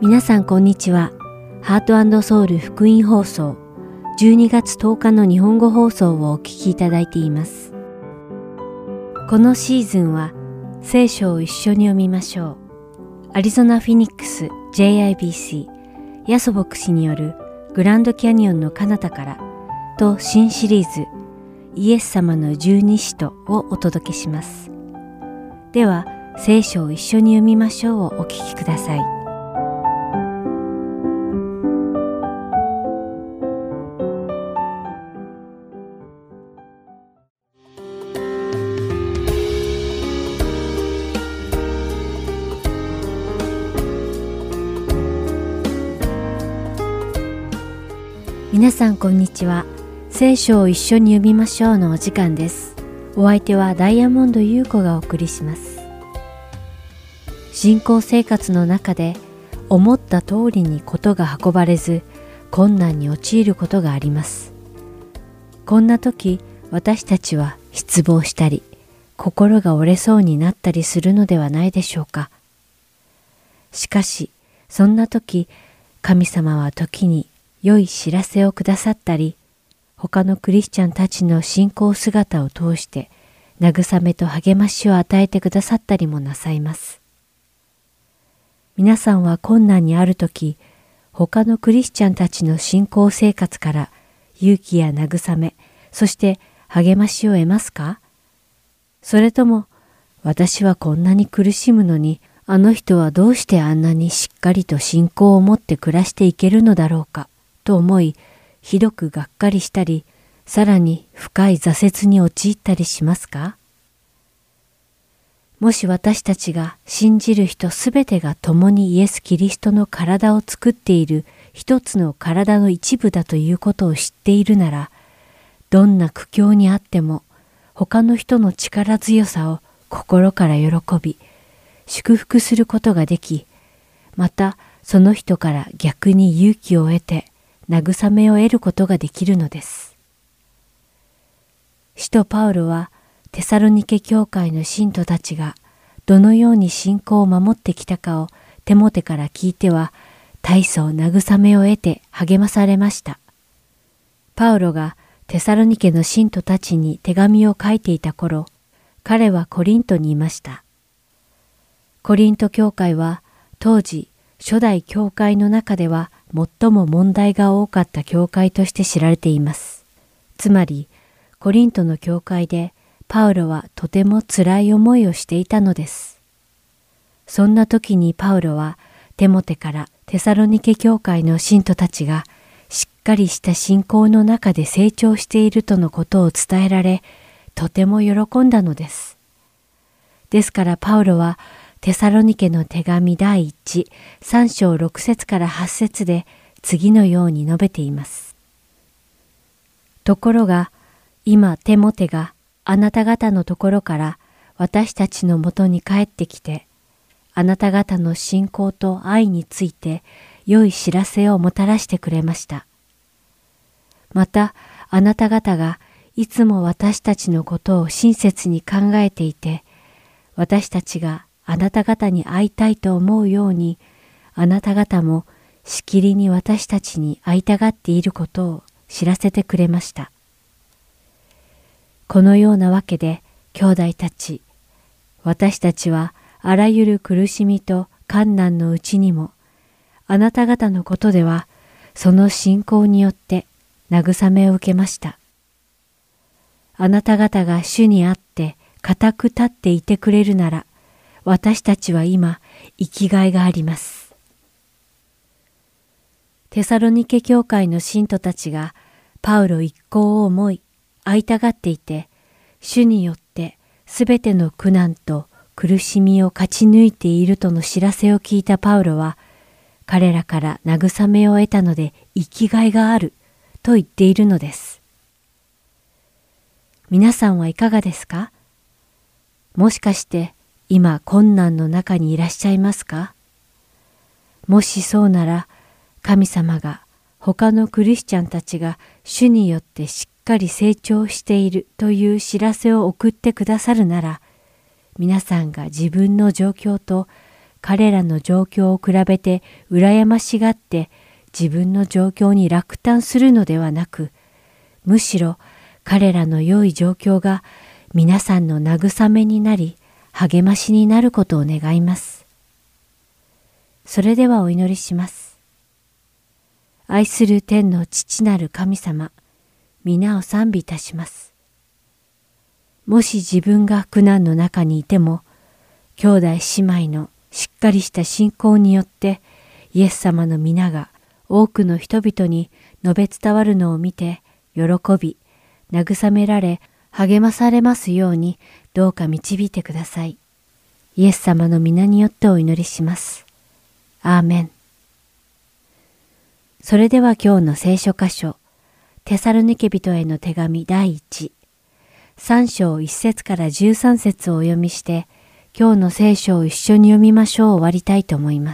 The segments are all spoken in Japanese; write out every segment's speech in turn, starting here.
皆さんこんにちは。ハート&ソウル福音放送12月10日の日本語放送をお聞きいただいています。このシーズンは聖書を一緒に読みましょう。アリゾナ・フィニックス JIBC ヤソ牧師によるグランドキャニオンの彼方からと新シリーズイエス様の十二使徒をお届けします。では聖書を一緒に読みましょうをお聞きください。皆さんこんにちは。聖書を一緒に読みましょうのお時間です。お相手はダイヤモンド優子がお送りします。信仰生活の中で思った通りにことが運ばれず困難に陥ることがあります。こんな時、私たちは失望したり心が折れそうになったりするのではないでしょうか。しかしそんな時、神様は時に良い知らせをくださったり、他のクリスチャンたちの信仰姿を通して慰めと励ましを与えてくださったりもなさいます。皆さんは困難にあるとき、他のクリスチャンたちの信仰生活から勇気や慰め、そして励ましを得ますか？それとも、私はこんなに苦しむのに、あの人はどうしてあんなにしっかりと信仰を持って暮らしていけるのだろうかと思い、ひどくがっかりしたり、さらに深い挫折に陥ったりしますか？もし私たちが信じる人すべてが共にイエス・キリストの体を作っている一つの体の一部だということを知っているなら、どんな苦境にあっても他の人の力強さを心から喜び、祝福することができ、またその人から逆に勇気を得て慰めを得ることができるのです。使徒パウロはテサロニケ教会の信徒たちがどのように信仰を守ってきたかをテモテから聞いては大層慰めを得て励まされました。パウロがテサロニケの信徒たちに手紙を書いていた頃、彼はコリントにいました。コリント教会は当時初代教会の中では最も問題が多かった教会として知られています。つまりコリントの教会でパウロはとても辛い思いをしていたのです。そんな時にパウロはテモテからテサロニケ教会の信徒たちがしっかりした信仰の中で成長しているとのことを伝えられ、とても喜んだのです。ですからパウロはテサロニケの手紙第1、3章6節から8節で次のように述べています。ところが、今テモテがあなた方のところから私たちのもとに帰ってきて、あなた方の信仰と愛について良い知らせをもたらしてくれました。また、あなた方がいつも私たちのことを親切に考えていて、私たちがあなた方に会いたいと思うように、あなた方もしきりに私たちに会いたがっていることを知らせてくれました。このようなわけで、兄弟たち、私たちはあらゆる苦しみと困難のうちにも、あなた方のことでは、その信仰によって慰めを受けました。あなた方が主にあって固く立っていてくれるなら、私たちは今、生きがいがあります。テサロニケ教会の信徒たちがパウロ一行を思い、会いたがっていて、主によってすべての苦難と苦しみを勝ち抜いているとの知らせを聞いたパウロは、彼らから慰めを得たので生きがいがあると言っているのです。皆さんはいかがですか？もしかして今困難の中にいらっしゃいますか？もしそうなら、神様が他のクリスチャンたちが主によってしっかり成長しているという知らせを送ってくださるなら、皆さんが自分の状況と彼らの状況を比べて羨ましがって自分の状況に落胆するのではなく、むしろ彼らの良い状況が皆さんの慰めになり励ましになることを願います。それではお祈りします。愛する天の父なる神様、皆を賛美いたします。もし自分が苦難の中にいても、兄弟姉妹のしっかりした信仰によってイエス様の皆が多くの人々に述べ伝わるのを見て喜び、慰められ、励まされますようにどうか導いてください。イエス様の皆によってお祈りします。アーメン。それでは今日の聖書箇所、テサロニケ人への手紙第1、3章1節から13節をお読みして、今日の聖書を一緒に読みましょう終わりたいと思います。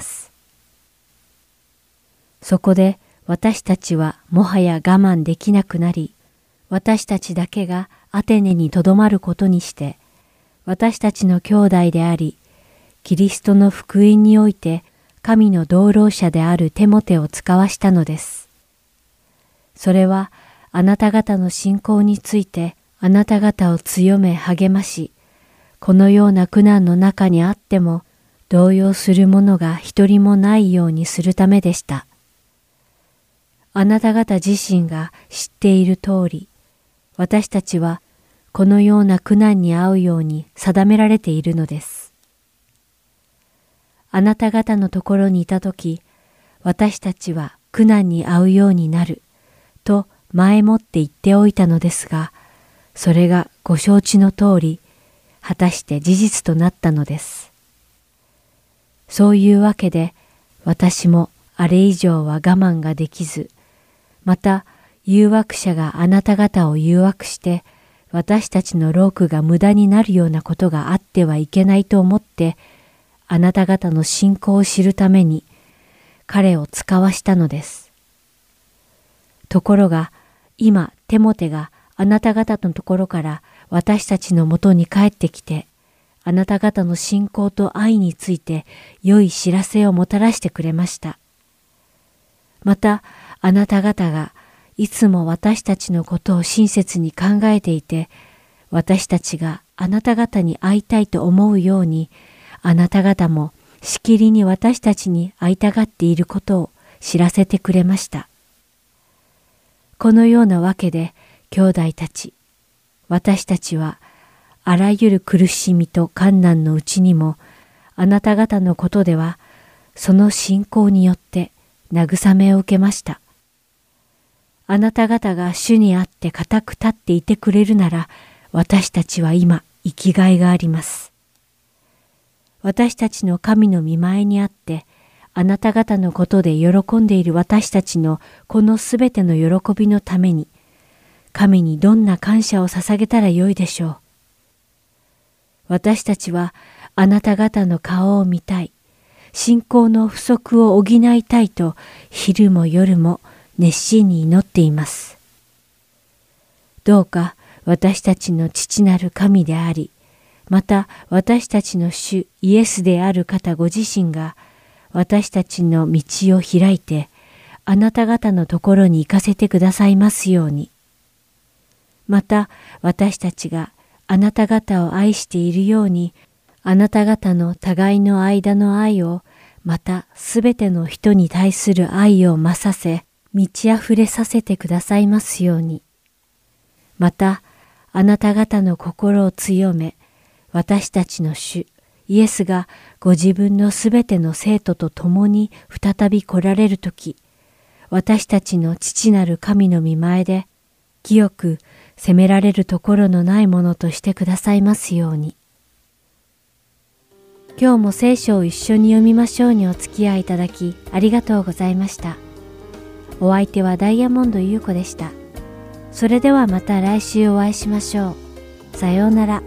そこで私たちはもはや我慢できなくなり、私たちだけがアテネにとどまることにして、私たちの兄弟であり、キリストの福音において神の同労者であるテモテを使わしたのです。それはあなた方の信仰についてあなた方を強め励まし、このような苦難の中にあっても動揺する者が一人もないようにするためでした。あなた方自身が知っている通り、私たちはこのような苦難に遭うように定められているのです。あなた方のところにいたとき、私たちは苦難に遭うようになると前もって言っておいたのですが、それがご承知の通り、果たして事実となったのです。そういうわけで、私もあれ以上は我慢ができず、また誘惑者があなた方を誘惑して、私たちの労苦が無駄になるようなことがあってはいけないと思って、あなた方の信仰を知るために、彼を使わしたのです。ところが、今、テモテがあなた方のところから私たちのもとに帰ってきて、あなた方の信仰と愛について良い知らせをもたらしてくれました。また、あなた方がいつも私たちのことを親切に考えていて、私たちがあなた方に会いたいと思うように、あなた方もしきりに私たちに会いたがっていることを知らせてくれました。このようなわけで、兄弟たち、私たちはあらゆる苦しみと困難のうちにも、あなた方のことでは、その信仰によって慰めを受けました。あなた方が主にあって固く立っていてくれるなら、私たちは今生きがいがあります。私たちの神の御前にあって、あなた方のことで喜んでいる私たちのこのすべての喜びのために、神にどんな感謝を捧げたらよいでしょう。私たちはあなた方の顔を見たい、信仰の不足を補いたいと昼も夜も熱心に祈っています。どうか私たちの父なる神であり、また私たちの主イエスである方ご自身が私たちの道を開いてあなた方のところに行かせてくださいますように。また私たちがあなた方を愛しているように、あなた方の互いの間の愛を、またすべての人に対する愛を増させ、満ち溢れさせてくださいますように。また、あなた方の心を強め、私たちの主、イエスがご自分のすべての生徒と共に再び来られるとき、私たちの父なる神の御前で、清く責められるところのないものとしてくださいますように。今日も聖書を一緒に読みましょうにお付き合いいただきありがとうございました。お相手はダイヤモンド優子でした。それではまた来週お会いしましょう。さようなら。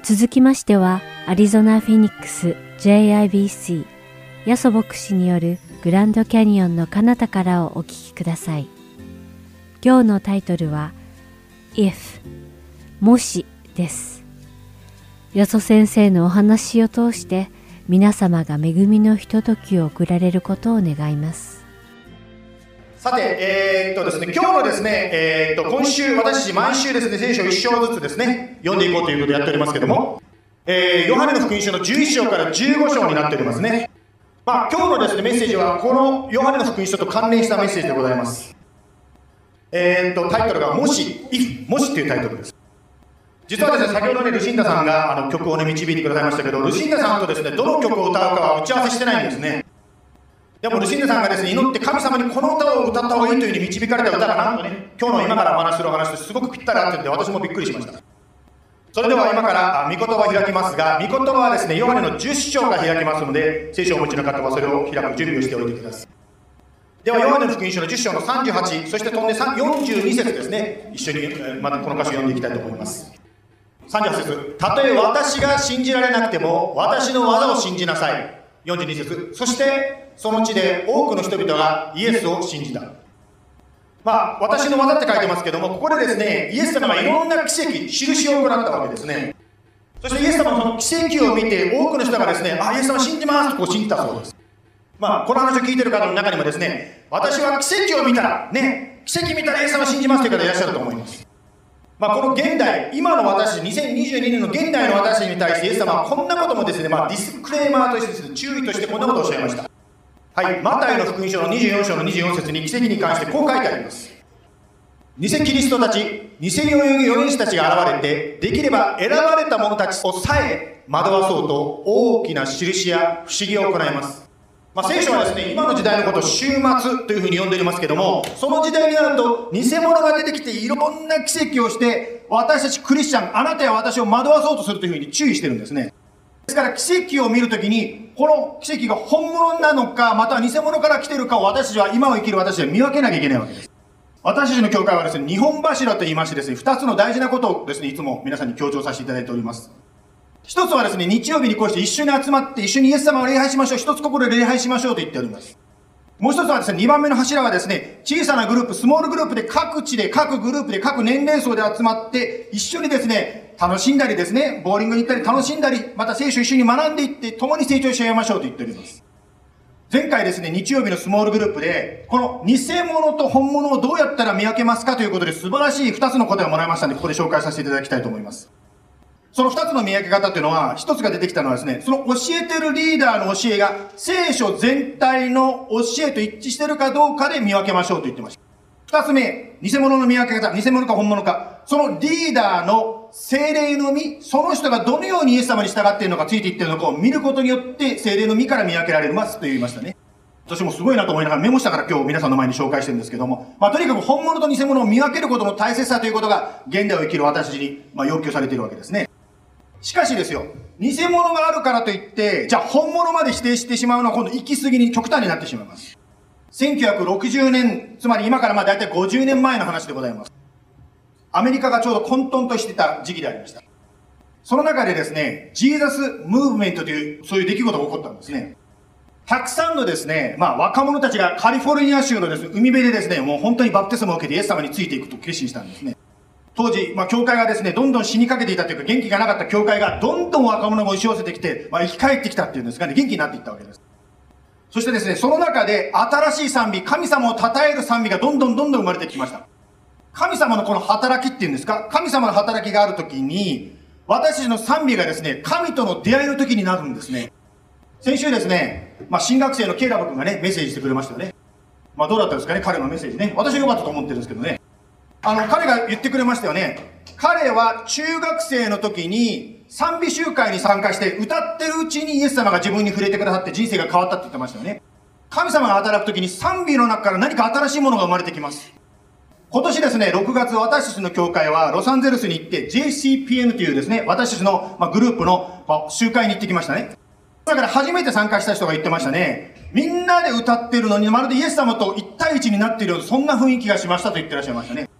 続きましては、アリゾナ・フェニックス JIBC ヤソ牧師によるグランドキャニオンの彼方からをお聞きください。今日のタイトルは If もしです。ヤソ先生のお話を通して皆様が恵みのひとときを送られることを願います。 さて、ですね、今日のですね、今週、私たち毎週ですね、聖書1章ずつですね、読んでいこうということをやっておりますけども、ヨハネの福音書の11章から15章になっておりますね。今日のですね、メッセージは、このヨハネの福音書と関連したメッセージでございます。タイトルが、もし、if、もしというタイトルです。実はですね、先ほどね、ルシンダさんが曲をね、導いてくださいましたけど、ルシンダさんとですね、どの曲を歌うかは打ち合わせしてないんですね。でもルシンダさんがですね、祈って神様にこの歌を歌った方がいいというふうに導かれた歌がなんとね、今日の今からお話しするお話とすごくぴったり合ってるんで、私もびっくりしました。それでは今から御言葉を開きますが、御言葉はですね、ヨハネの10章から開きますので、聖書をお持ちの方はそれを開く準備をしておいてください。では、ヨハネの福音書の10章の38、そして飛んで42節ですね、一緒にまたこの箇所を読んでいきたいと思います。38節、たとえ私が信じられなくても、私の技を信じなさい。42節、そしてその地で多くの人々がイエスを信じた。私の技って書いてますけども、ここでですね、イエス様がいろんな奇跡、印を行ったわけですね。そしてイエス様のその奇跡を見て、多くの人がですね、イエス様信じますとこう信じたそうです。この話を聞いている方の中にもですね、私は奇跡を見たら、ね、奇跡見たらイエス様信じますという方いらっしゃると思います。この現代、今の私、2022年の現代の私に対してイエス様はこんなこともですね、ディスクレーマーとしてですね、注意としてこんなことをおっしゃいました。はい、マタイの福音書の24章の24節に奇跡に関してこう書いてあります。偽キリストたち、偽預言者たちが現れて、できれば選ばれた者たちをさえ惑わそうと大きな印や不思議を行います。聖書はですね、今の時代のことを終末というふうに呼んでおりますけども、その時代になると偽物が出てきていろんな奇跡をして、私たちクリスチャン、あなたや私を惑わそうとするというふうに注意してるんですね。ですから奇跡を見るときに、この奇跡が本物なのか、または偽物から来ているかを私たちは、今を生きる私たちは見分けなきゃいけないわけです。私たちの教会はですね、日本柱と言いましてですね、二つの大事なことをですね、いつも皆さんに強調させていただいております。一つはですね、日曜日にこうして一緒に集まって一緒にイエス様を礼拝しましょう。一つ心で礼拝しましょうと言っております。もう一つはですね、二番目の柱はですね、小さなグループ、スモールグループで各地で、各グループで、各年齢層で集まって、一緒にですね、楽しんだりですね、ボーリングに行ったり楽しんだり、また聖書を一緒に学んでいって、共に成長し合いましょうと言っております。前回ですね、日曜日のスモールグループで、この偽物と本物をどうやったら見分けますかということで素晴らしい二つの答えをもらいましたので、ここで紹介させていただきたいと思います。その二つの見分け方というのは、一つが出てきたのはですね、その教えてるリーダーの教えが聖書全体の教えと一致しているかどうかで見分けましょうと言ってました。二つ目、偽物の見分け方、偽物か本物か、そのリーダーの聖霊の実、その人がどのようにイエス様に従っているのか、ついていっているのかを見ることによって聖霊の実から見分けられますと言いましたね。私もすごいなと思いながらメモしたから今日皆さんの前に紹介してるんですけども、とにかく本物と偽物を見分けることの大切さということが現代を生きる私たちに要求されているわけですね。しかしですよ、偽物があるからといって、じゃあ本物まで否定してしまうのは今度行き過ぎに極端になってしまいます。1960年、つまり今からだいたい50年前の話でございます。アメリカがちょうど混沌としてた時期でありました。その中でですね、ジーザスムーブメントという、そういう出来事が起こったんですね。たくさんのですね、若者たちがカリフォルニア州のですね、海辺でですね、もう本当にバプテスマを受けてイエス様についていくと決心したんですね。当時、教会がですね、どんどん死にかけていたというか、元気がなかった教会が、どんどん若者が押し寄せてきて、生き返ってきたっていうんですかね、元気になっていったわけです。そしてですね、その中で、新しい賛美、神様を称える賛美がどんどん生まれてきました。神様のこの働きっていうんですか、神様の働きがあるときに、私たちの賛美がですね、神との出会いの時になるんですね。先週ですね、新学生のケイラブ君がね、メッセージしてくれましたよね。どうだったんですかね、彼のメッセージね。私は良かったと思ってるんですけどね。彼が言ってくれましたよね。彼は中学生の時に賛美集会に参加して歌ってるうちにイエス様が自分に触れてくださって人生が変わったって言ってましたよね。神様が働く時に賛美の中から何か新しいものが生まれてきます。今年ですね、6月私たちの教会はロサンゼルスに行って JCPN というですね、私たちのグループの集会に行ってきましたね。だから初めて参加した人が言ってましたね。みんなで歌ってるのにまるでイエス様と1対1になっているようなそんな雰囲気がしましたと言ってらっしゃいましたね。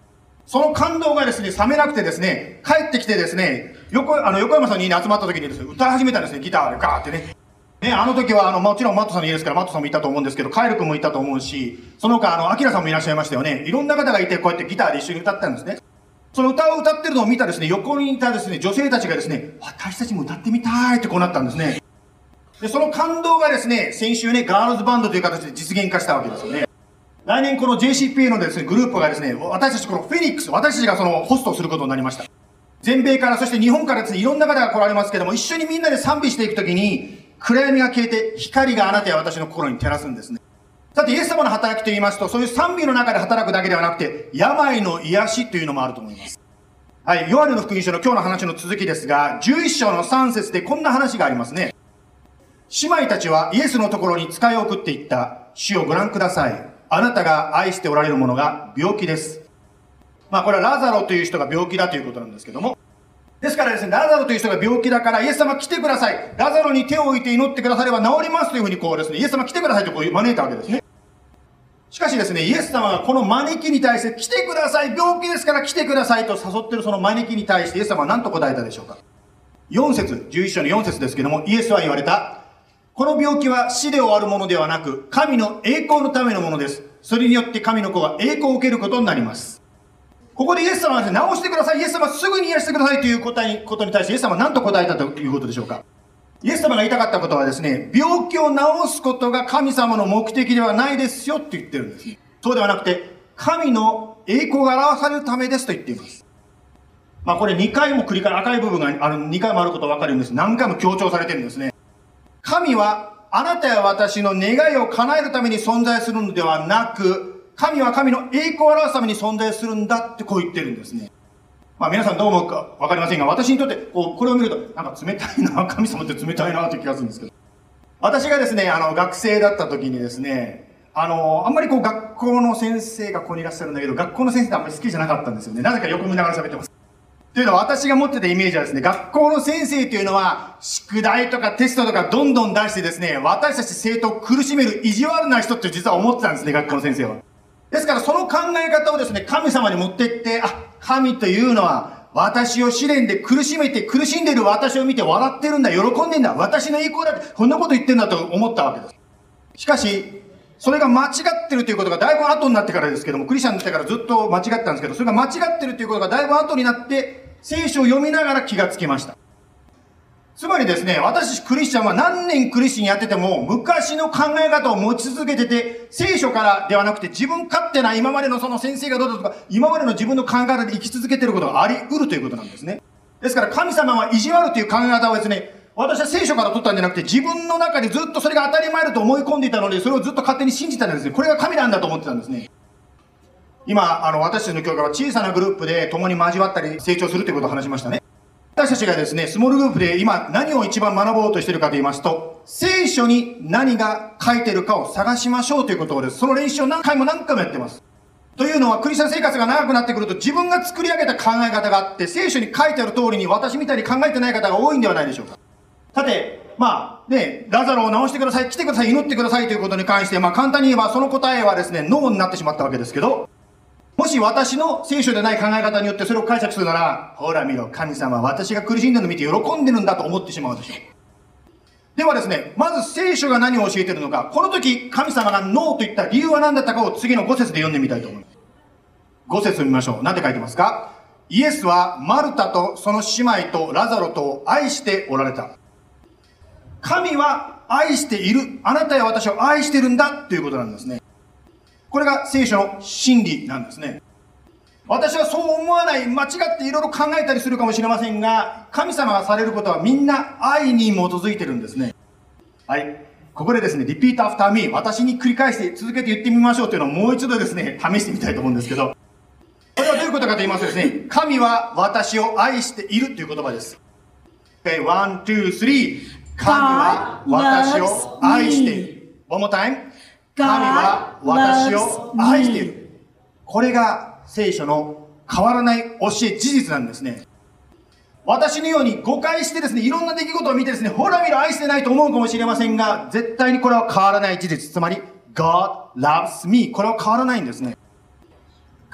その感動がですね、冷めなくてですね、帰ってきてですね、横山さんに集まった時にですね、歌い始めたんですね、ギターでガーってね。ね、あの時はもちろんマットさんの家ですから、マットさんもいたと思うんですけど、カエル君もいたと思うし、その他アキラさんもいらっしゃいましたよね。いろんな方がいて、こうやってギターで一緒に歌ったんですね。その歌を歌ってるのを見たですね、横にいたですね、女性たちがですね、私たちも歌ってみたいってこうなったんですね。で、その感動がですね、先週ね、ガールズバンドという形で実現化したわけですよね。来年この JCPA のですね、グループがですね、私たちこのフェニックス、私たちがそのホストをすることになりました。全米から、そして日本からですね、いろんな方が来られますけども、一緒にみんなで賛美していくときに、暗闇が消えて、光があなたや私の心に照らすんですね。さて、イエス様の働きと言いますと、そういう賛美の中で働くだけではなくて、病の癒しというのもあると思います。はい、ヨハネの福音書の今日の話の続きですが、11章の3節でこんな話がありますね。姉妹たちはイエスのところに使いを送っていった。主をご覧ください。あなたが愛しておられるものが病気です。まあこれはラザロという人が病気だということなんですけども。ですからですね、ラザロという人が病気だから、イエス様来てください。ラザロに手を置いて祈ってくだされば治りますというふうにこうですね、イエス様来てくださいとこう招いたわけですね。しかしですね、イエス様がこの招きに対して来てください、病気ですから来てくださいと誘っているその招きに対してイエス様は何と答えたでしょうか。4節、11章の4節ですけども、イエスは言われた。この病気は死で終わるものではなく、神の栄光のためのものです。それによって神の子が栄光を受けることになります。ここでイエス様はですね、治してください、イエス様すぐに癒してくださいということに対してイエス様は何と答えたということでしょうか。イエス様が言いたかったことはですね、病気を治すことが神様の目的ではないですよって言ってるんです。そうではなくて、神の栄光が表されるためですと言っています。まあこれ2回も繰り返し、赤い部分が2回もあることがわかるんです。何回も強調されてるんですね。神はあなたや私の願いを叶えるために存在するのではなく、神は神の栄光を表すために存在するんだってこう言ってるんですね。まあ皆さんどう思うかわかりませんが、私にとってこれを見ると、なんか冷たいな、神様って冷たいなという気がするんですけど。私がですね、学生だった時にですね、あんまり学校の先生がここにいらっしゃるんだけど、学校の先生ってあんまり好きじゃなかったんですよね。なぜか横見ながら喋ってます。というのは私が持ってたイメージはですね、学校の先生というのは、宿題とかテストとかどんどん出してですね、私たち生徒を苦しめる意地悪な人って実は思ってたんですね、学校の先生は。ですからその考え方をですね、神様に持ってって、神というのは、私を試練で苦しめて苦しんでいる私を見て笑ってるんだ、喜んでんだ、私の栄光だって、こんなこと言ってんだと思ったわけです。しかし、それが間違ってるということがだいぶ後になってからですけども、クリスチャンになってからずっと間違ってたんですけど、それが間違ってるということがだいぶ後になって、聖書を読みながら気がつきました。つまりですね、私クリスチャンは何年クリスチャンやってても、昔の考え方を持ち続けてて、聖書からではなくて自分勝手な今までのその先生がどうだとか、今までの自分の考え方で生き続けていることがあり得るということなんですね。ですから神様は意地悪という考え方をですね、私は聖書から取ったんじゃなくて、自分の中でずっとそれが当たり前だと思い込んでいたので、それをずっと勝手に信じたんですね。これが神なんだと思ってたんですね。今、私たちの教会は小さなグループで共に交わったり成長するということを話しましたね。私たちがですね、スモールグループで今何を一番学ぼうとしているかと言いますと、聖書に何が書いているかを探しましょうということをです。その練習を何回もやってます。というのは、クリスチャン生活が長くなってくると、自分が作り上げた考え方があって、聖書に書いてある通りに私みたいに考えてない方が多いんではないでしょうか。さて、ラザロを治してください、来てください、祈ってくださいということに関して、簡単に言えばその答えはですね、ノーになってしまったわけですけど、もし私の聖書でない考え方によってそれを解釈するなら、ほら見ろ、神様は私が苦しんでるのを見て喜んでるんだと思ってしまうでしょう。ではですね、まず聖書が何を教えているのか、この時神様がノーと言った理由は何だったかを次の5節で読んでみたいと思います。5節を見ましょう。何て書いてますか？イエスはマルタとその姉妹とラザロとを愛しておられた。神は愛している。あなたや私を愛してるんだということなんですね。これが聖書の真理なんですね。私はそう思わない、間違っていろいろ考えたりするかもしれませんが、神様がされることはみんな愛に基づいてるんですね。はい。ここでですね、repeat after me、私に繰り返して続けて言ってみましょうというのをもう一度ですね、試してみたいと思うんですけど、これはどういうことかと言いますとですね、神は私を愛しているという言葉です。Okay, 1, 2, 3。神は私を愛している。One more time。神は私を愛している。これが聖書の変わらない教え、事実なんですね。私のように誤解してですね、いろんな出来事を見てですね、ほら見ろ愛してないと思うかもしれませんが、絶対にこれは変わらない事実。つまり、God loves me。これは変わらないんですね。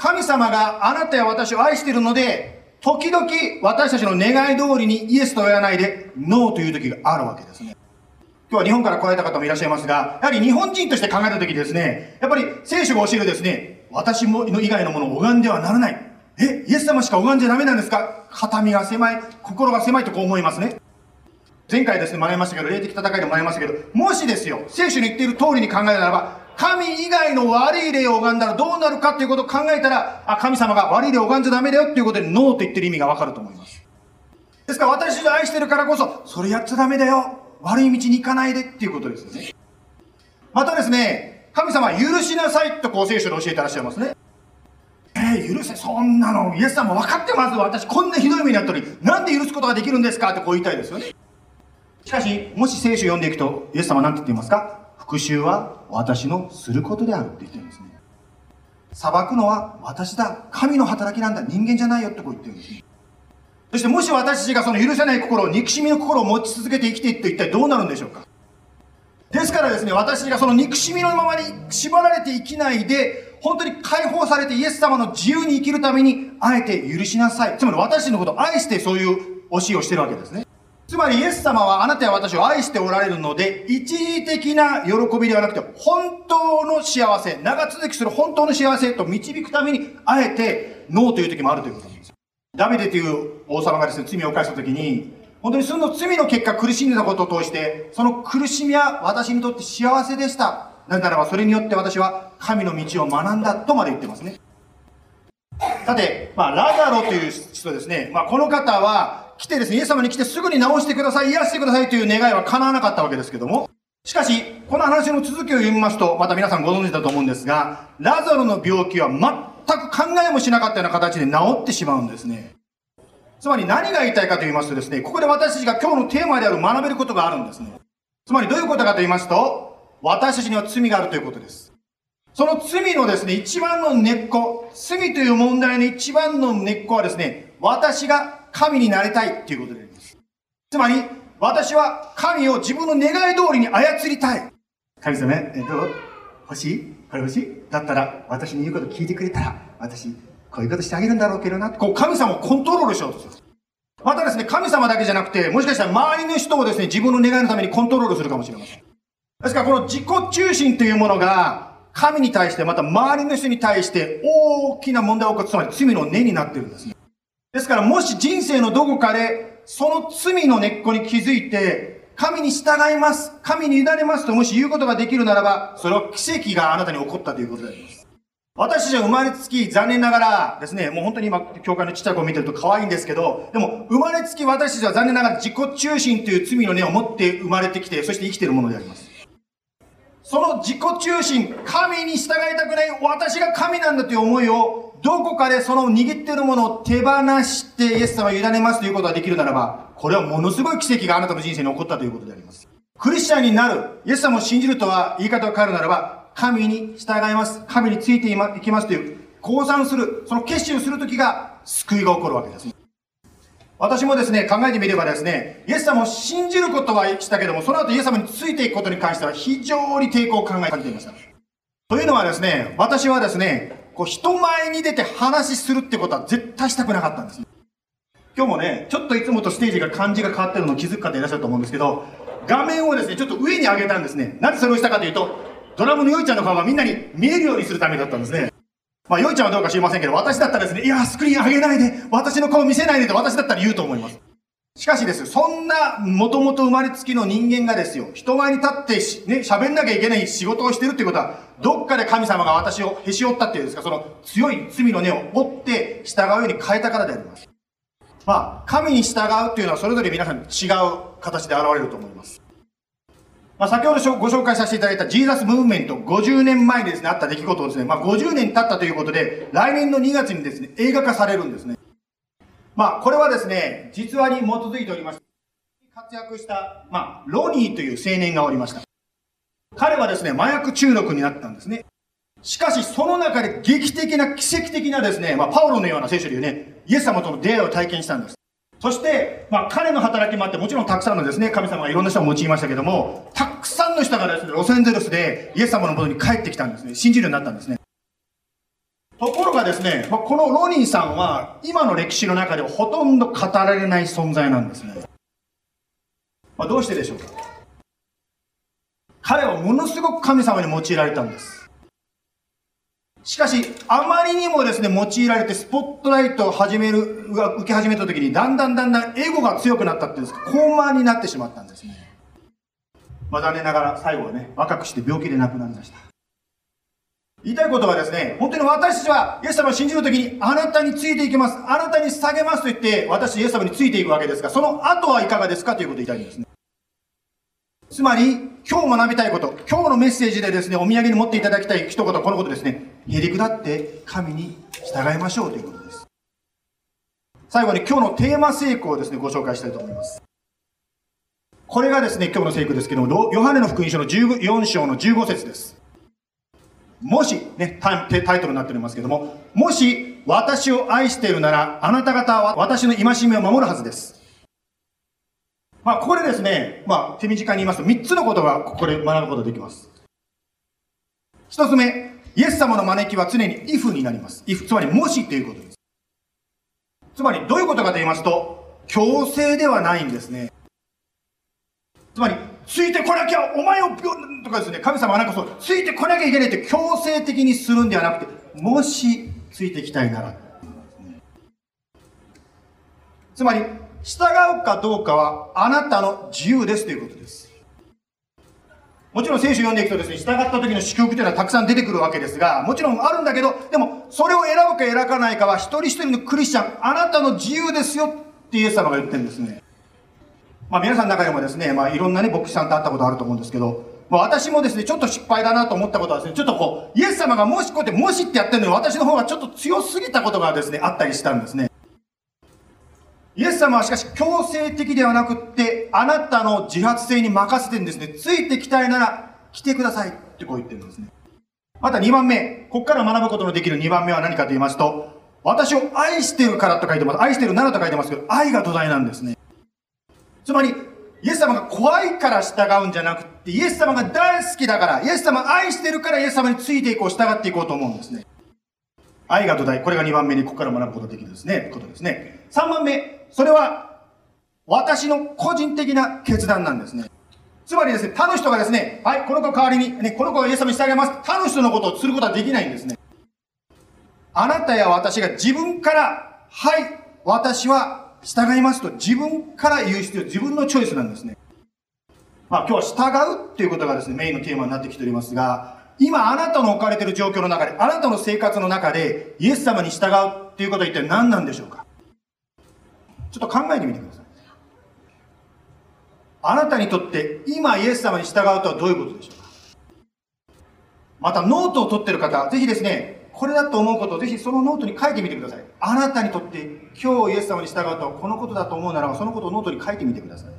神様があなたや私を愛しているので、時々私たちの願い通りにイエスと言わないでノーという時があるわけですね。今日は日本から来られた方もいらっしゃいますが、やはり日本人として考えた時ですね、やっぱり聖書が教えるですね、私も以外のものを拝んではならない。イエス様しか拝んじゃダメなんですか？肩身が狭い、心が狭いとこう思いますね。前回ですね、学びましたけど、霊的戦いでも学びましたけど、もしですよ、聖書に言っている通りに考えるならば、神以外の悪い霊を拝んだらどうなるかということを考えたら、神様が悪い霊を拝んじゃダメだよということで、ノーと言ってる意味がわかると思います。ですから、私たちを愛してるからこそ、それやっちゃダメだよ。悪い道に行かないでっていうことですよね。またですね、神様は許しなさいとこう聖書で教えてらっしゃいますね。許せ、そんなの、イエス様分かってます。私こんなひどい目にあったのに、なんで許すことができるんですかってこう言いたいですよね。しかし、もし聖書を読んでいくと、イエス様は何て言っていますか？復讐は私のすることであるって言ってるんですね。裁くのは私だ。神の働きなんだ。人間じゃないよってこう言ってるんですね。そしてもし私たちがその許せない心、憎しみの心を持ち続けて生きていくと一体どうなるんでしょうか？ですからですね、私たちがその憎しみのままに縛られて生きないで、本当に解放されてイエス様の自由に生きるために、あえて許しなさい。つまり私たちのことを愛してそういう教えをしてるわけですね。つまりイエス様はあなたや私を愛しておられるので、一時的な喜びではなくて、本当の幸せ、長続きする本当の幸せと導くために、あえてノーという時もあるということなんです。ダビデという王様がですね、罪を犯した時に、本当にその罪の結果苦しんでたことを通して、その苦しみは私にとって幸せでした。なぜならばそれによって私は神の道を学んだとまで言ってますね。さて、ラザロという人ですね、この方は来てですね、イエス様に来てすぐに治してください、癒してくださいという願いは叶わなかったわけですけども、しかし、この話の続きを読みますと、また皆さんご存知だと思うんですが、ラザロの病気は全く考えもしなかったような形で治ってしまうんですね。つまり何が言いたいかと言いますとですね、ここで私たちが今日のテーマである学べることがあるんですね。つまりどういうことかと言いますと、私たちには罪があるということです。その罪のですね、一番の根っこ、罪という問題の一番の根っこはですね、私が神になりたいということであります。つまり、私は神を自分の願い通りに操りたい。神様、どう？欲しい？これ欲しい？だったら、私に言うこと聞いてくれたら、私、こういうことしてあげるんだろうけどな。こう、神様をコントロールしようとする。またですね、神様だけじゃなくて、もしかしたら周りの人をですね、自分の願いのためにコントロールするかもしれません。ですから、この自己中心というものが、神に対して、また周りの人に対して大きな問題を起こす、つまり罪の根になっているんですね。ですから、もし人生のどこかで、その罪の根っこに気づいて、神に従います、神に委ねますともし言うことができるならば、それは奇跡があなたに起こったということであります。私たちは生まれつき残念ながらですね、もう本当に今、教会のちっちゃい子を見てると可愛いんですけど、でも生まれつき私たちは残念ながら自己中心という罪の根を持って生まれてきて、そして生きているものであります。その自己中心、神に従いたくない、私が神なんだという思いを、どこかでその握っているものを手放してイエス様を委ねますということができるならば、これはものすごい奇跡があなたの人生に起こったということであります。クリスチャンになる、イエス様を信じるとは言い方を変えるならば、神に従います、神についていきますという、降参する、その決心をするときが救いが起こるわけです。私もですね、考えてみればですね、イエス様を信じることはしたけども、その後イエス様についていくことに関しては非常に抵抗を感じていました。というのはですね、私はですね、人前に出て話するってことは絶対したくなかったんです。今日もね、ちょっといつもとステージが感じが変わってるのを気づく方いらっしゃると思うんですけど、画面をですね、ちょっと上に上げたんですね。なぜそれをしたかというと、ドラムのよいちゃんの顔がみんなに見えるようにするためだったんですね。よいちゃんはどうか知りませんけど、私だったらですね、いや、スクリーン上げないで、私の顔見せないでと私だったら言うと思います。しかしですよ、そんな、もともと生まれつきの人間がですよ、人前に立って喋んなきゃいけない仕事をしてるっていうことは、どっかで神様が私をへし折ったっていうんですか、その強い罪の根を折って従うように変えたからであります。神に従うっていうのはそれぞれ皆さん違う形で現れると思います。先ほどご紹介させていただいたジーザスムーブメント50年前にですね、あった出来事をですね、50年経ったということで、来年の2月にですね、映画化されるんですね。これはですね、実話に基づいておりまして、活躍した、ロニーという青年がおりました。彼はですね、麻薬中毒になったんですね。しかし、その中で劇的な、奇跡的なですね、パウロのような聖書で言うね、イエス様との出会いを体験したんです。そして、彼の働きもあって、もちろんたくさんのですね、神様がいろんな人を用いましたけども、たくさんの人がですね、ロサンゼルスでイエス様のもとに帰ってきたんですね。信じるようになったんですね。 ところがですね、このロニーさんは今の歴史の中でほとんど語られない存在なんですね。どうしてでしょうか。彼はものすごく神様に用いられたんです。しかし、あまりにもですね、用いられてスポットライトを受け始めた時に、だんだんエゴが強くなったっていうんですか、高慢になってしまったんですね。残念ながら最後はね、若くして病気で亡くなりました。言いたいことはですね、本当に私たちはイエス様を信じるときに、あなたについていきます、あなたに捧げますと言って、私イエス様についていくわけですが、その後はいかがですかということを言いたいんですね。つまり、今日学びたいこと、今日のメッセージでですね、お土産に持っていただきたい一言、このことですね。へりくだって神に従いましょうということです。最後に今日のテーマ聖句をですね、ご紹介したいと思います。これがですね、今日の聖句ですけども、ヨハネの福音書の14章の15節です。もし、ね、タイトルになっておりますけども、もし私を愛しているなら、あなた方は私の戒めを守るはずです。ここでですね、手短に言いますと、3つのことがここで学ぶことができます。1つ目、イエス様の招きは常に if になります。if、つまりもしということです。つまりどういうことかと言いますと、強制ではないんですね。つまり、ついてこなきゃ、お前をとかですね、神様はついてこなきゃいけないって強制的にするんではなくて、もしついてきたいなら。つまり、従うかどうかはあなたの自由ですということです。もちろん聖書を読んでいくとですね、従った時の祝福というのはたくさん出てくるわけですが、もちろんあるんだけど、でもそれを選ぶか選ばないかは一人一人のクリスチャン、あなたの自由ですよってイエス様が言ってるんですね。皆さんの中でもですね、いろんなね、牧師さんと会ったことあると思うんですけど、私もですね、ちょっと失敗だなと思ったことはですね、ちょっとイエス様がもしこうやってもしってやってるのに、私の方がちょっと強すぎたことがですね、あったりしたんですね。イエス様はしかし強制的ではなくって、あなたの自発性に任せてるんですね。ついてきたいなら来てくださいってこう言ってるんですね。また2番目、ここから学ぶことのできる2番目は何かと言いますと、私を愛してるからと書いてます。愛してるならと書いてますけど、愛が土台なんですね。つまり、イエス様が怖いから従うんじゃなくて、イエス様が大好きだから、イエス様愛してるからイエス様についていこう、従っていこうと思うんですね。愛が土台。これが2番目にここから学ぶことができることですね。3番目、それは私の個人的な決断なんですね。つまりですね、他の人がですね、はい、この子代わりに、ね、この子がイエス様に従います。他の人のことをすることはできないんですね。あなたや私が自分から、はい、私は従いますと自分から言う必要、自分のチョイスなんですね。今日は従うっていうことがですね、メインのテーマになってきておりますが、今あなたの置かれている状況の中で、あなたの生活の中で、イエス様に従うっていうことは一体何なんでしょうか。ちょっと考えてみてください。あなたにとって今イエス様に従うとはどういうことでしょうか。またノートを取っている方、ぜひですね、これだと思うことをぜひそのノートに書いてみてください。あなたにとって今日イエス様に従うとはこのことだと思うならば、そのことをノートに書いてみてください。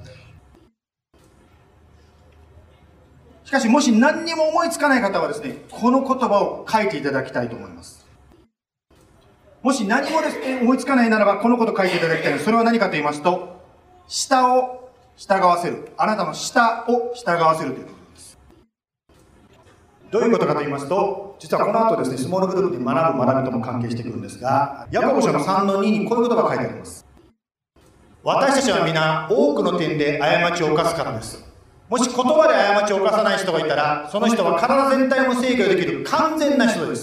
しかしもし何にも思いつかない方はですね、この言葉を書いていただきたいと思います。もし何もですね、思いつかないならば、このことを書いていただきたい。それは何かと言いますと、舌を従わせる。あなたの舌を従わせるということです。どういうことかと言いますと、実はこの後ですね、スモールグループで学びとも関係してくるんですが、ヤコブ書の3の2にこういう言葉が書いてあります。私たちは皆多くの点で過ちを犯すからです。もし言葉で過ちを犯さない人がいたら、その人は体全体も制御できる完全な人です。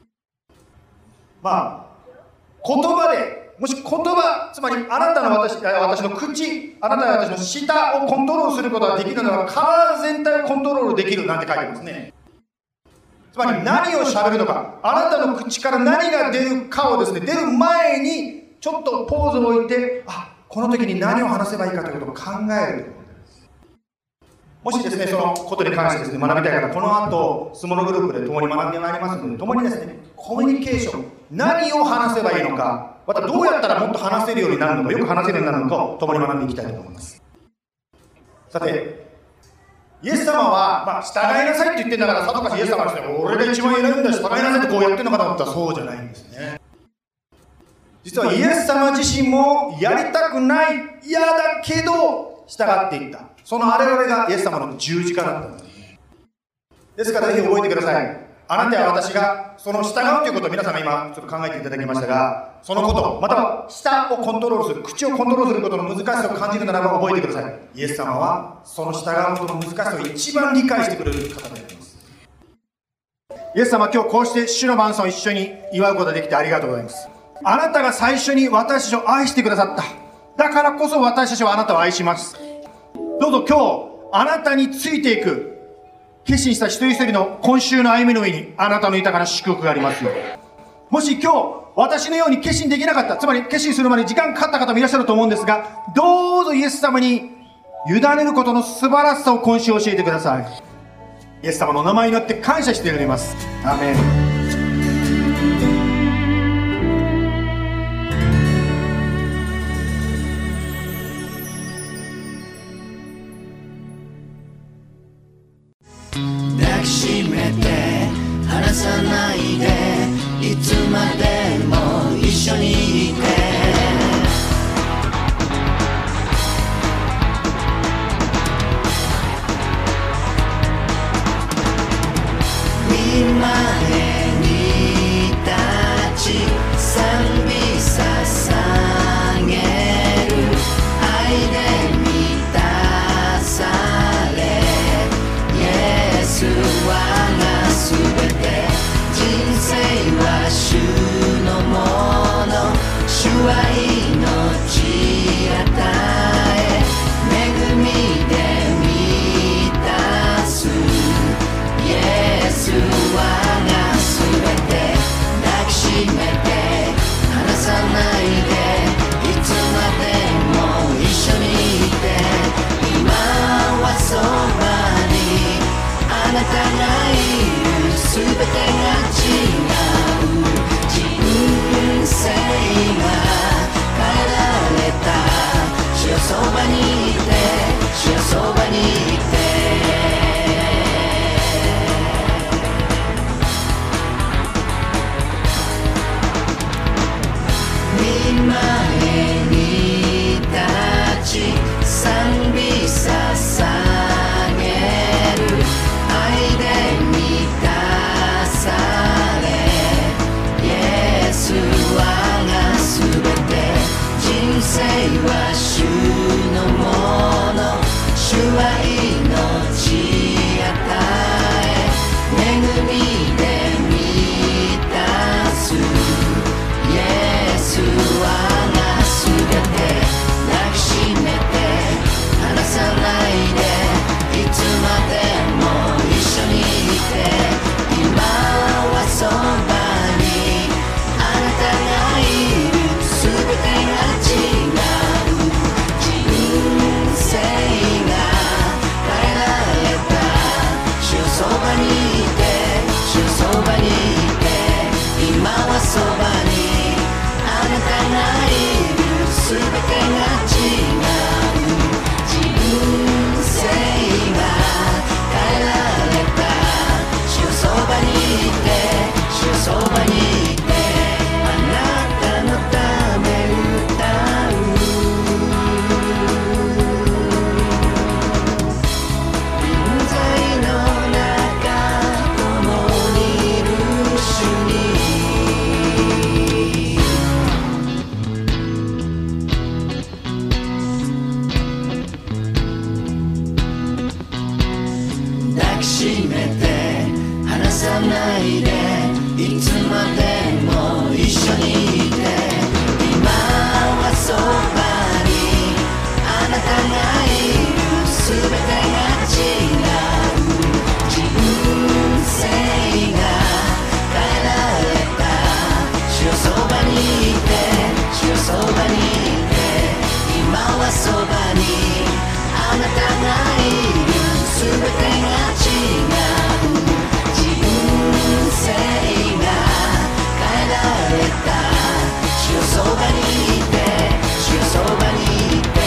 言葉で、もし言葉、つまりあなたの私の口、あなたの私の舌をコントロールすることができるのは、体全体をコントロールできるなんて書いてますね。つまり何を喋るのか、あなたの口から何が出るかをですね、出る前にちょっとポーズを置いて、この時に何を話せばいいかということを考える。もしですね、そのことに関してですね、学びたい方、この後、スモールグループで共に学んでまいりますので、共にですね、コミュニケーション、何を話せばいいのか、またどうやったらもっと話せるようになるのか、よく話せるようになるのかを共に学んでいきたいと思います。さて、イエス様は、従いなさいって言ってんだから、さぞかしイエス様はですね、俺が一番偉いんだよ、従いなさいってこうやってるのかと思ったらそうじゃないんですね。実はイエス様自身もやりたくない、嫌だけど、従っていった。そのあれがイエス様の十字架だったんです。ですからぜひ覚えてください。 あなたや私がその従うということを皆様今ちょっと考えていただきましたが、そのこと、または舌をコントロールする、口をコントロールすることの難しさを感じるならば覚えてください。イエス様はその従うことの難しさを一番理解してくれる方であります。イエス様は今日こうして主の晩餐を一緒に祝うことができてありがとうございます。あなたが最初に私たちを愛してくださった。だからこそ私たちはあなたを愛します。どうぞ今日あなたについていく決心した一人一人の今週の歩みの上にあなたの豊かな祝福がありますよ。もし今日私のように決心できなかった、つまり決心するまで時間かかった方もいらっしゃると思うんですが、どうぞイエス様に委ねることの素晴らしさを今週教えてください。イエス様のお名前によって感謝しております。アーメン。 抱きしめて離さないで、いつまでも一緒にいて、見前に立ち賛美捧げる、愛で満たされ、イエス我がすべて、人生は主のもの、主は命与え、恵みで満たす、イエス我がすべて、抱きしめて離さないで、いつまでも一緒にいて、今はそばにあなたがいる、すべてが違う、人生が変えられた、主よそばにいて、主よそばにいて、見前に立ち賛美捧げる、愛で満たされ、イエス我がすべて、人生は主のもの、主は命与え、恵みで満たす、イエス我がすべて、抱きしめて離さないで、いつまでも一緒にいて、今はそばにあなたがいる、すべてが違う、人生が変えられた、主よそばにいて、主よそばにいて、今はそばにあなたがいる、すべてが違う、人生が変えられた、主よそばにいて、主よそばにいて、あなたのため歌う、臨在の中共にいる主に、抱きしめて離さないで、いつまでも一緒にいて、今はそばにあなたがいる、すべてが違う、人生が変えられた、主よそばにいて、主よそばにいて、今はそばにあなたがいる、すべてが違う、人生が変えられた、主よそばにいて、主よそばにいて、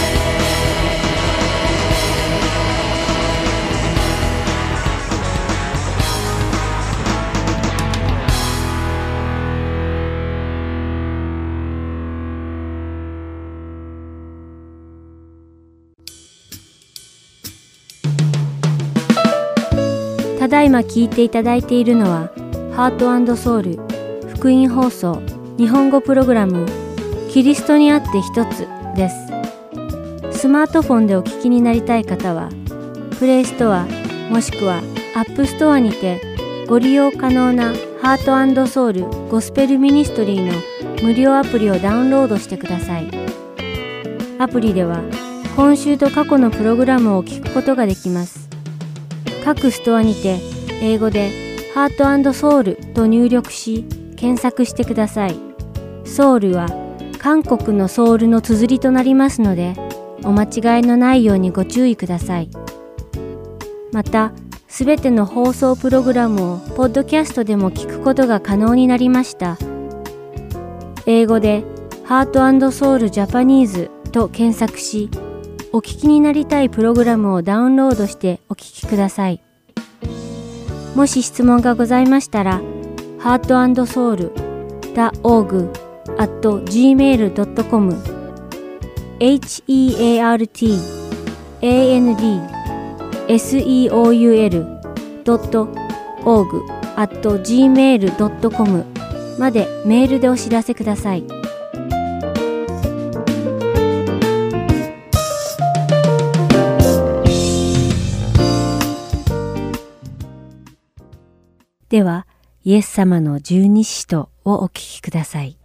ただいま聞いていただいているのはハート&ソウル福音放送日本語プログラムキリストにあって一つです。スマートフォンでお聞きになりたい方はプレイストアもしくはアップストアにてご利用可能なハート&ソウルゴスペルミニストリーの無料アプリをダウンロードしてください。アプリでは今週と過去のプログラムを聞くことができます。各ストアにて英語でハート&ソウルと入力し検索してください。ソウルは韓国のソウルの綴りとなりますのでお間違いのないようにご注意ください。また、すべての放送プログラムをポッドキャストでも聞くことが可能になりました。英語でハート&ソウルジャパニーズと検索し、お聞きになりたいプログラムをダウンロードしてお聞きください。もし質問がございましたら、heartandsoul.org@gmail.com heartandseoul.org@gmail.com までメールでお知らせください。では、イエス様の十二使徒をお聞きください。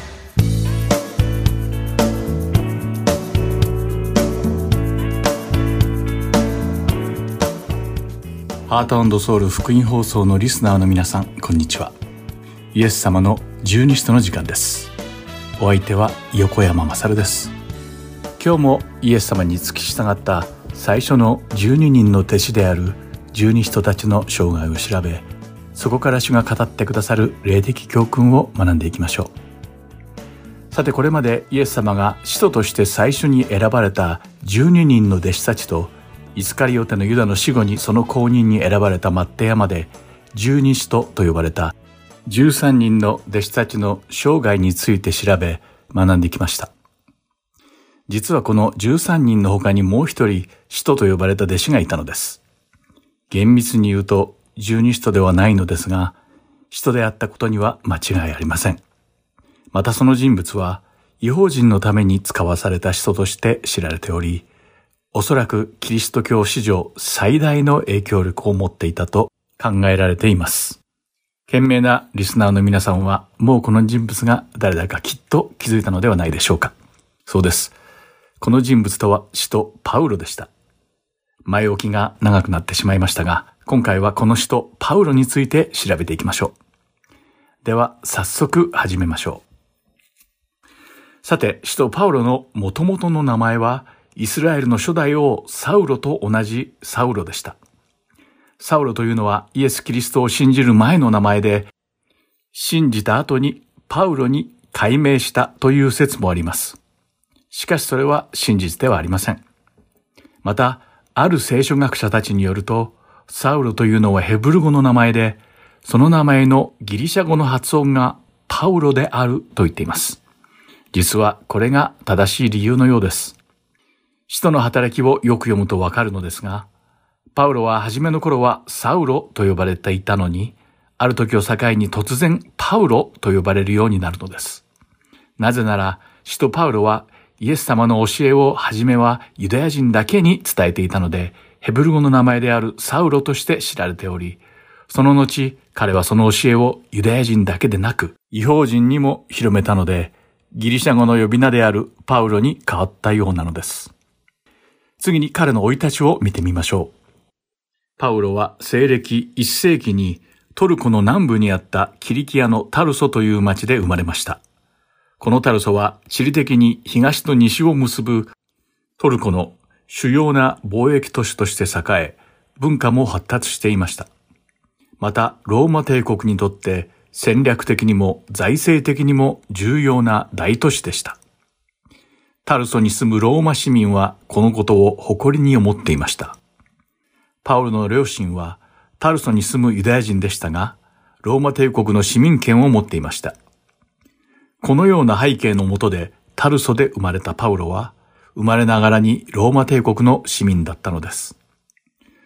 ハート&ソウル福音放送のリスナーの皆さん、こんにちは。イエス様の十二使徒の時間です。お相手は横山まさるです。今日もイエス様に付き従った最初の12人の弟子である十二使徒たちの生涯を調べ、そこから主が語ってくださる霊的教訓を学んでいきましょう。さて、これまでイエス様が使徒として最初に選ばれた12人の弟子たちと、イスカリオテのユダの死後にその後任に選ばれたマッテヤまで十二使徒と呼ばれた13人の弟子たちの生涯について調べ学んできました。実はこの13人の他にもう一人使徒と呼ばれた弟子がいたのです。厳密に言うと十二使徒ではないのですが、使徒であったことには間違いありません。またその人物は異邦人のために使わされた使徒として知られており、おそらくキリスト教史上最大の影響力を持っていたと考えられています。賢明なリスナーの皆さんはもうこの人物が誰だかきっと気づいたのではないでしょうか。そうです。この人物とは使徒パウロでした。前置きが長くなってしまいましたが、今回はこの使徒パウロについて調べていきましょう。では早速始めましょう。さて、使徒パウロの元々の名前はイスラエルの初代王サウロと同じサウロでした。サウロというのはイエス・キリストを信じる前の名前で、信じた後にパウロに改名したという説もあります。しかしそれは真実ではありません。また、ある聖書学者たちによると、サウロというのはヘブル語の名前で、その名前のギリシャ語の発音がパウロであると言っています。実はこれが正しい理由のようです。使徒の働きをよく読むとわかるのですが、パウロは初めの頃はサウロと呼ばれていたのに、ある時を境に突然パウロと呼ばれるようになるのです。なぜなら、使徒パウロはイエス様の教えを初めはユダヤ人だけに伝えていたので、ヘブル語の名前であるサウロとして知られており、その後、彼はその教えをユダヤ人だけでなく、異邦人にも広めたので、ギリシャ語の呼び名であるパウロに変わったようなのです。次に彼の生い立ちを見てみましょう。パウロは西暦1世紀にトルコの南部にあったキリキアのタルソという町で生まれました。このタルソは地理的に東と西を結ぶトルコの主要な貿易都市として栄え、文化も発達していました。また、ローマ帝国にとって戦略的にも財政的にも重要な大都市でした。タルソに住むローマ市民はこのことを誇りに思っていました。パウロの両親はタルソに住むユダヤ人でしたが、ローマ帝国の市民権を持っていました。このような背景の下でタルソで生まれたパウロは、生まれながらにローマ帝国の市民だったのです。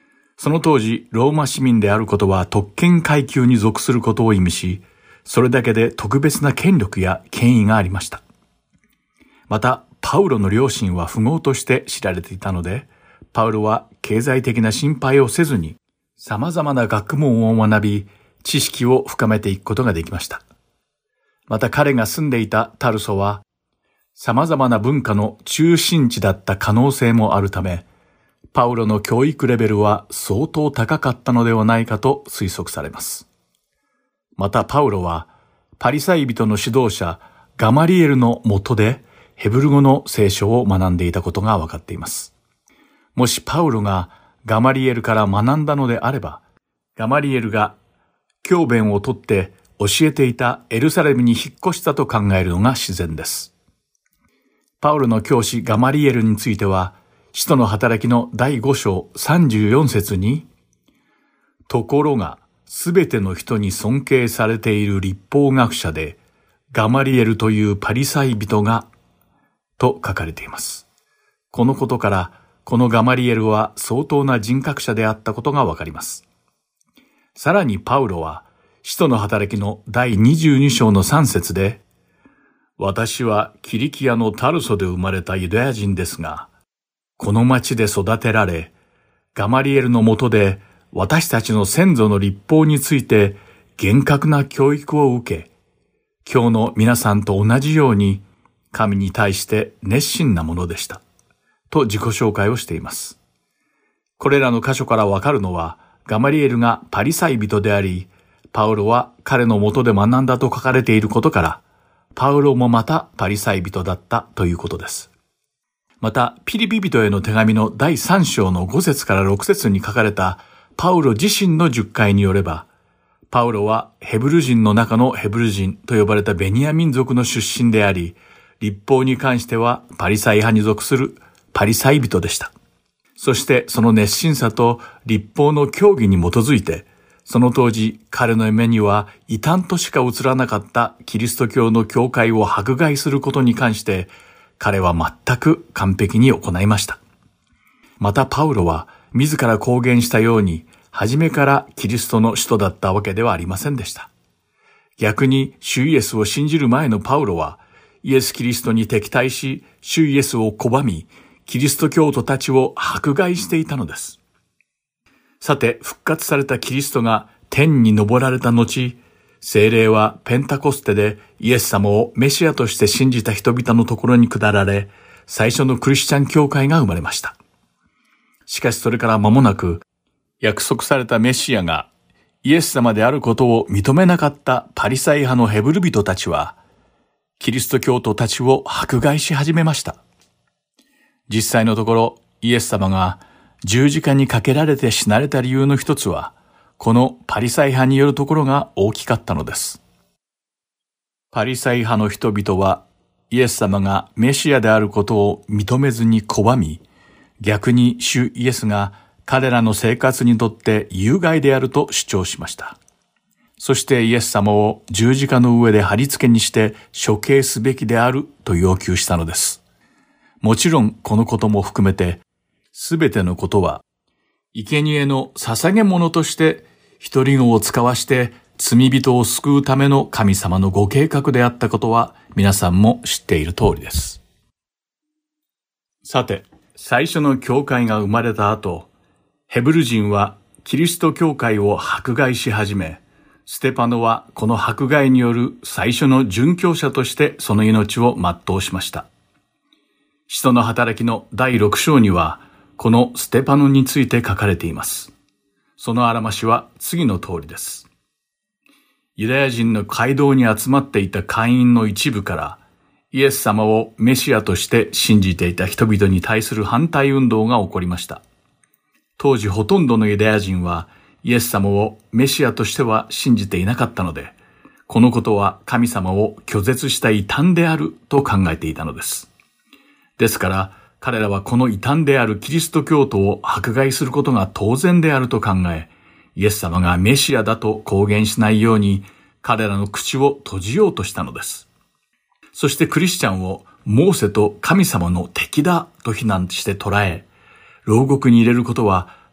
その当時、ローマ市民であることは特権階級に属することを意味し、それだけで特別な権力や権威がありました。また、パウロの両親は富豪として知られていたので、パウロは経済的な心配をせずに、様々な学問を学び、知識を深めていくことができました。また彼が住んでいたタルソは、様々な文化の中心地だった可能性もあるため、パウロの教育レベルは相当高かったのではないかと推測されます。またパウロは、パリサイ人の指導者ガマリエルの下でヘブル語の聖書を学んでいたことがわかっています。もしパウロがガマリエルから学んだのであれば、ガマリエルが教鞭をとって教えていたエルサレムに引っ越したと考えるのが自然です。パウロの教師ガマリエルについては、使徒の働きの第5章34節に、ところがすべての人に尊敬されている律法学者で、ガマリエルというパリサイ人が、と書かれています。このことから、このガマリエルは相当な人格者であったことがわかります。さらにパウロは、使徒の働きの第22章の3節で、私はキリキアのタルソで生まれたユダヤ人ですが、この町で育てられ、ガマリエルの下で私たちの先祖の律法について厳格な教育を受け、今日の皆さんと同じように神に対して熱心なものでした。と自己紹介をしています。これらの箇所からわかるのは、ガマリエルがパリサイ人であり、パウロは彼の下で学んだと書かれていることから、パウロもまたパリサイ人だったということです。また、ピリピ人への手紙の第3章の5節から6節に書かれたパウロ自身の述解によれば、パウロはヘブル人の中のヘブル人と呼ばれたベニヤ民族の出身であり、律法に関してはパリサイ派に属するパリサイ人でした。そしてその熱心さと律法の教義に基づいて、その当時彼の目には異端としか映らなかったキリスト教の教会を迫害することに関して、彼は全く完璧に行いました。またパウロは自ら公言したように、初めからキリストの使徒だったわけではありませんでした。逆に主イエスを信じる前のパウロは、イエス・キリストに敵対し、主イエスを拒み、キリスト教徒たちを迫害していたのです。さて、復活されたキリストが天に昇られた後、聖霊はペンタコステでイエス様をメシアとして信じた人々のところに下られ、最初のクリスチャン教会が生まれました。しかしそれから間もなく、約束されたメシアがイエス様であることを認めなかったパリサイ派のヘブル人たちは、キリスト教徒たちを迫害し始めました。実際のところ、イエス様が十字架にかけられて死なれた理由の一つは、このパリサイ派によるところが大きかったのです。パリサイ派の人々は、イエス様がメシアであることを認めずに拒み、逆に主イエスが彼らの生活にとって有害であると主張しました。そしてイエス様を十字架の上で貼り付けにして処刑すべきであると要求したのです。もちろんこのことも含めて、すべてのことは、生贄の捧げ物として一人子を使わして罪人を救うための神様のご計画であったことは皆さんも知っている通りです。さて、最初の教会が生まれた後、ヘブル人はキリスト教会を迫害し始め、ステパノはこの迫害による最初の殉教者としてその命を全うしました。使徒の働きの第6章には、このステパノについて書かれています。そのあらましは次の通りです。ユダヤ人の街道に集まっていた会員の一部から、イエス様をメシアとして信じていた人々に対する反対運動が起こりました。当時ほとんどのユダヤ人はイエス様をメシアとしては信じていなかったので、このことは神様を拒絶した異端であると考えていたのです。ですから、彼らはこの異端であるキリスト教徒を迫害することが当然であると考え、イエス様がメシアだと公言しないように彼らの口を閉じようとしたのです。そしてクリスチャンをモーセと神様の敵だと非難して捉え、牢獄に入れることは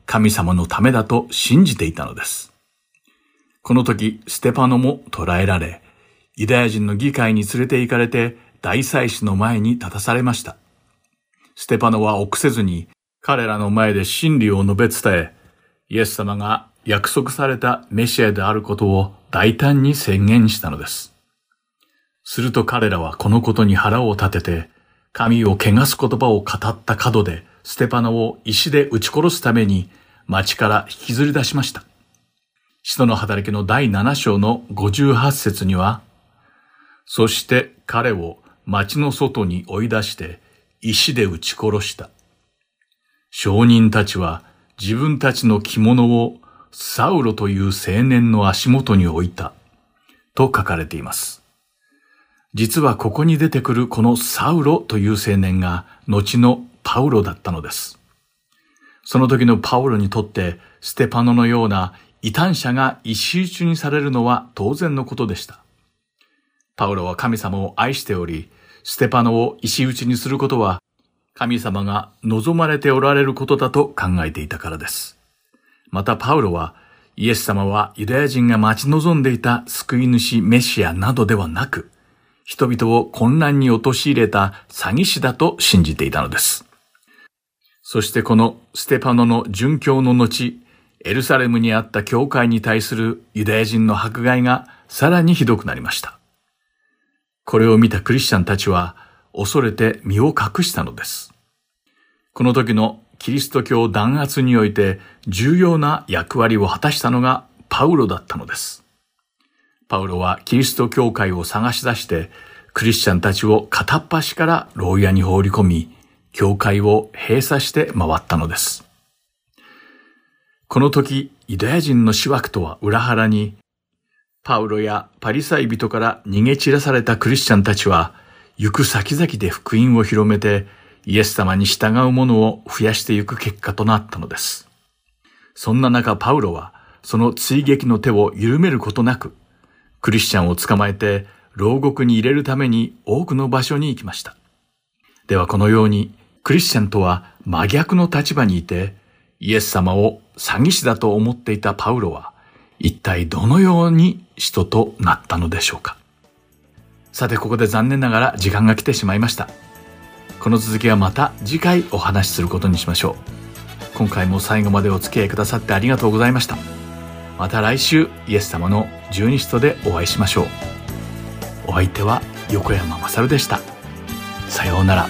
神様のためだと信じていたのです。この時、ステパノも捕らえられ、ユダヤ人の議会に連れて行かれて大祭司の前に立たされました。ステパノは臆せずに彼らの前で真理を述べ伝え、イエス様が約束されたメシアであることを大胆に宣言したのです。すると彼らはこのことに腹を立てて、神を汚す言葉を語った角でステパノを石で撃ち殺すために町から引きずり出しました。使徒の働きの第7章の58節には、そして彼を町の外に追い出して石で撃ち殺した。証人たちは自分たちの着物をサウロという青年の足元に置いたと書かれています。実はここに出てくるこのサウロという青年が後のパウロだったのです。その時のパウロにとってステパノのような異端者が石打ちにされるのは当然のことでした。パウロは神様を愛しており、ステパノを石打ちにすることは神様が望まれておられることだと考えていたからです。またパウロはイエス様はユダヤ人が待ち望んでいた救い主メシアなどではなく、人々を混乱に陥れた詐欺師だと信じていたのです。そしてこのステパノの殉教の後、エルサレムにあった教会に対するユダヤ人の迫害がさらにひどくなりました。これを見たクリスチャンたちは恐れて身を隠したのです。この時のキリスト教弾圧において重要な役割を果たしたのがパウロだったのです。パウロはキリスト教会を探し出してクリスチャンたちを片っ端から牢屋に放り込み、教会を閉鎖して回ったのです。この時、ユダヤ人の思惑とは裏腹に、パウロやパリサイ人から逃げ散らされたクリスチャンたちは、行く先々で福音を広めて、イエス様に従う者を増やしていく結果となったのです。そんな中、パウロは、その追撃の手を緩めることなく、クリスチャンを捕まえて、牢獄に入れるために多くの場所に行きました。ではこのように、クリスチャンとは真逆の立場にいて、イエス様を詐欺師だと思っていたパウロは、一体どのように使徒となったのでしょうか。さて、ここで残念ながら時間が来てしまいました。この続きはまた次回お話しすることにしましょう。今回も最後までお付き合いくださってありがとうございました。また来週イエス様の十二使徒でお会いしましょう。お相手は横山まさるでした。さようなら。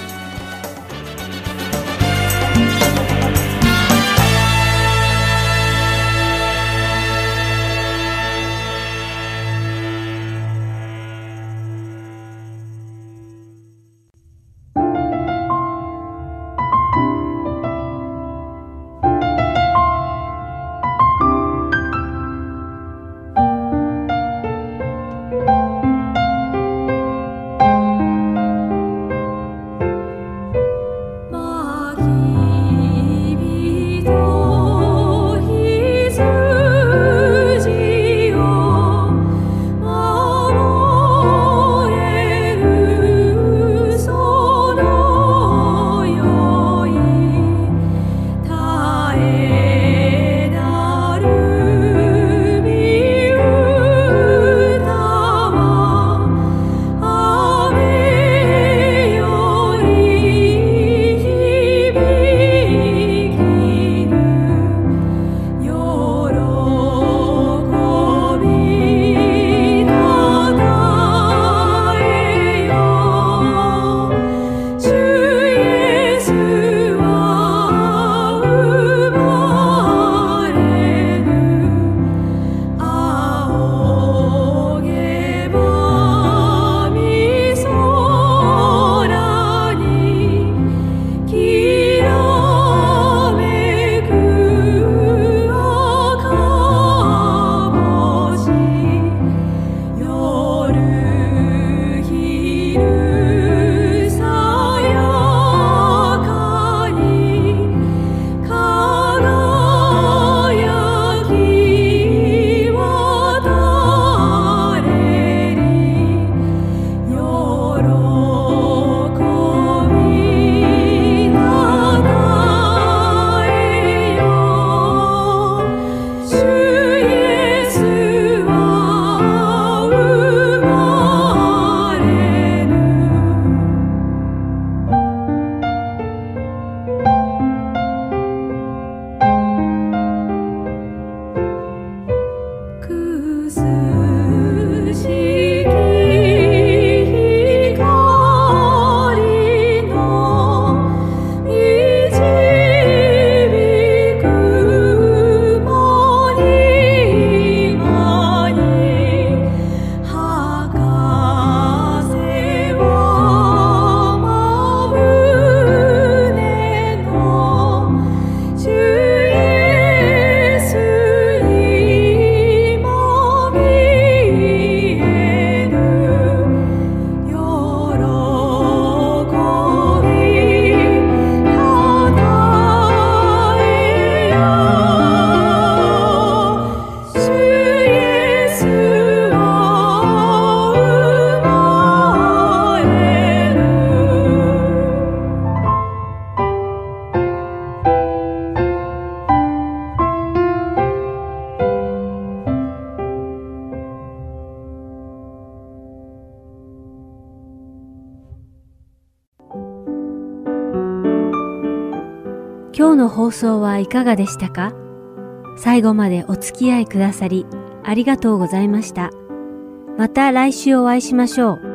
今日の放送はいかがでしたか？最後までお付き合いくださりありがとうございました。また来週お会いしましょう。